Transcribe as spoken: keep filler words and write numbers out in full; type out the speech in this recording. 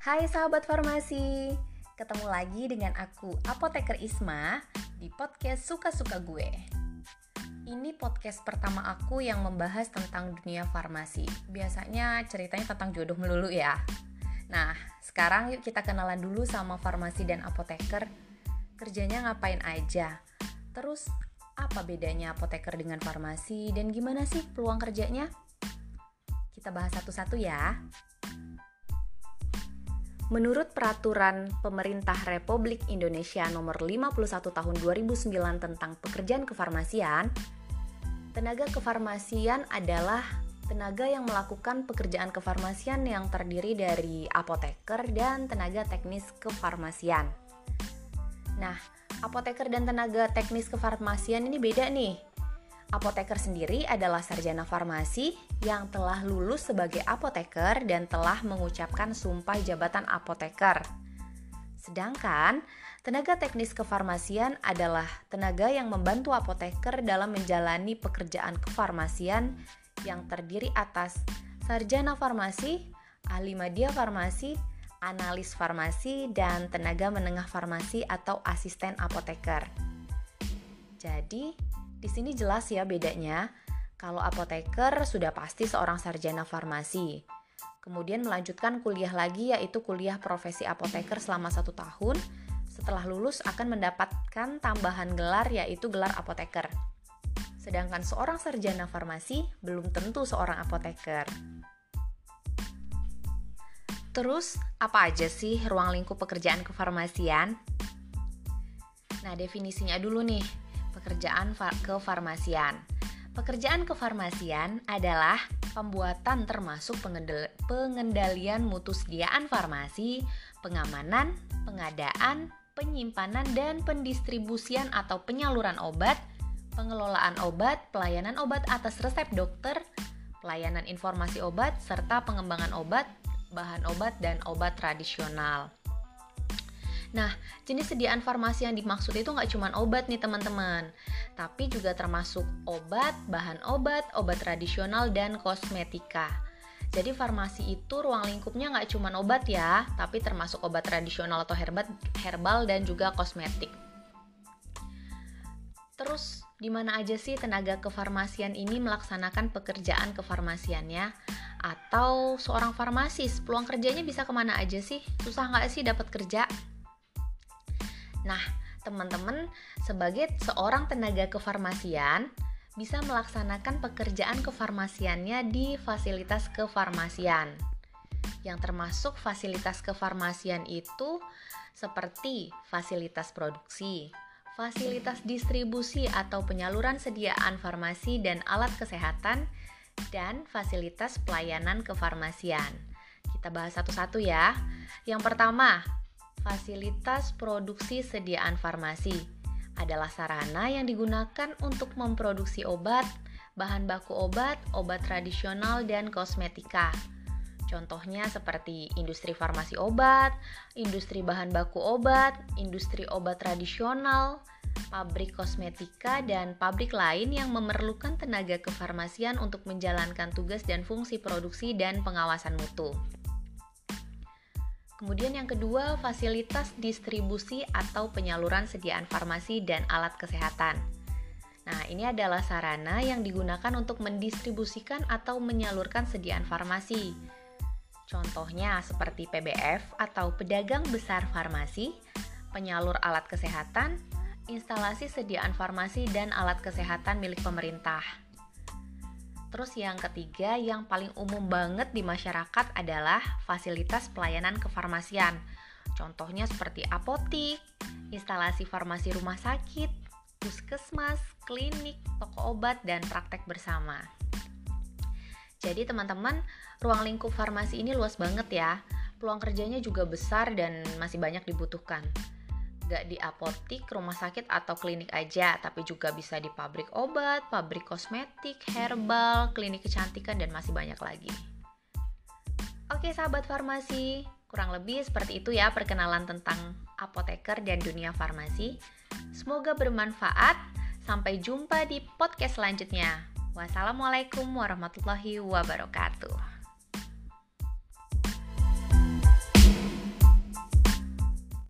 Hai sahabat farmasi, ketemu lagi dengan aku, Apoteker Isma, di podcast Suka-Suka Gue. Ini podcast pertama aku yang membahas tentang dunia farmasi. Biasanya ceritanya tentang jodoh melulu ya. Nah, sekarang yuk kita kenalan dulu sama farmasi dan apoteker. Kerjanya ngapain aja? Terus, apa bedanya apoteker dengan farmasi? Dan gimana sih peluang kerjanya? Kita bahas satu-satu ya. Menurut Peraturan Pemerintah Republik Indonesia Nomor lima puluh satu Tahun dua ribu sembilan tentang pekerjaan kefarmasian, tenaga kefarmasian adalah tenaga yang melakukan pekerjaan kefarmasian yang terdiri dari apoteker dan tenaga teknis kefarmasian. Nah, apoteker dan tenaga teknis kefarmasian ini beda nih. Apoteker sendiri adalah sarjana farmasi yang telah lulus sebagai apoteker dan telah mengucapkan sumpah jabatan apoteker. Sedangkan tenaga teknis kefarmasian adalah tenaga yang membantu apoteker dalam menjalani pekerjaan kefarmasian yang terdiri atas sarjana farmasi, ahli media farmasi, analis farmasi, dan tenaga menengah farmasi atau asisten apoteker. Jadi, di sini jelas ya bedanya. Kalau apoteker sudah pasti seorang sarjana farmasi. Kemudian melanjutkan kuliah lagi yaitu kuliah profesi apoteker selama satu tahun. Setelah lulus akan mendapatkan tambahan gelar yaitu gelar apoteker. Sedangkan seorang sarjana farmasi belum tentu seorang apoteker. Terus, apa aja sih ruang lingkup pekerjaan kefarmasian? Nah, definisinya dulu nih. Pekerjaan kefarmasian. Pekerjaan kefarmasian adalah pembuatan termasuk pengendalian mutu sediaan farmasi, pengamanan, pengadaan, penyimpanan dan pendistribusian atau penyaluran obat, pengelolaan obat, pelayanan obat atas resep dokter, pelayanan informasi obat, serta pengembangan obat, bahan obat dan obat tradisional. Nah, jenis sediaan farmasi yang dimaksud itu nggak cuma obat nih teman-teman, tapi juga termasuk obat, bahan obat, obat tradisional, dan kosmetika. Jadi farmasi itu ruang lingkupnya nggak cuma obat ya, tapi termasuk obat tradisional atau herbal, herbal dan juga kosmetik. Terus, di mana aja sih tenaga kefarmasian ini melaksanakan pekerjaan kefarmasiannya? Atau seorang farmasis, peluang kerjanya bisa kemana aja sih? Susah nggak sih dapat kerja? Nah, teman-teman, sebagai seorang tenaga kefarmasian, bisa melaksanakan pekerjaan kefarmasiannya di fasilitas kefarmasian. Yang termasuk fasilitas kefarmasian itu seperti fasilitas produksi, fasilitas distribusi atau penyaluran sediaan farmasi dan alat kesehatan, dan fasilitas pelayanan kefarmasian. Kita bahas satu-satu ya. Yang pertama, fasilitas produksi sediaan farmasi adalah sarana yang digunakan untuk memproduksi obat, bahan baku obat, obat tradisional, dan kosmetika. Contohnya seperti industri farmasi obat, industri bahan baku obat, industri obat tradisional, pabrik kosmetika, dan pabrik lain yang memerlukan tenaga kefarmasian untuk menjalankan tugas dan fungsi produksi dan pengawasan mutu. Kemudian yang kedua, fasilitas distribusi atau penyaluran sediaan farmasi dan alat kesehatan. Nah, ini adalah sarana yang digunakan untuk mendistribusikan atau menyalurkan sediaan farmasi. Contohnya seperti P B F atau pedagang besar farmasi, penyalur alat kesehatan, instalasi sediaan farmasi dan alat kesehatan milik pemerintah. Terus yang ketiga, yang paling umum banget di masyarakat adalah fasilitas pelayanan kefarmasian. Contohnya seperti apotik, instalasi farmasi rumah sakit, puskesmas, klinik, toko obat, dan praktek bersama. Jadi teman-teman, ruang lingkup farmasi ini luas banget ya. Peluang kerjanya juga besar dan masih banyak dibutuhkan. Gak di apotik, rumah sakit, atau klinik aja, tapi juga bisa di pabrik obat, pabrik kosmetik, herbal, klinik kecantikan, dan masih banyak lagi. Oke sahabat farmasi, kurang lebih seperti itu ya perkenalan tentang apoteker dan dunia farmasi. Semoga bermanfaat. Sampai jumpa di podcast selanjutnya. Wassalamualaikum warahmatullahi wabarakatuh.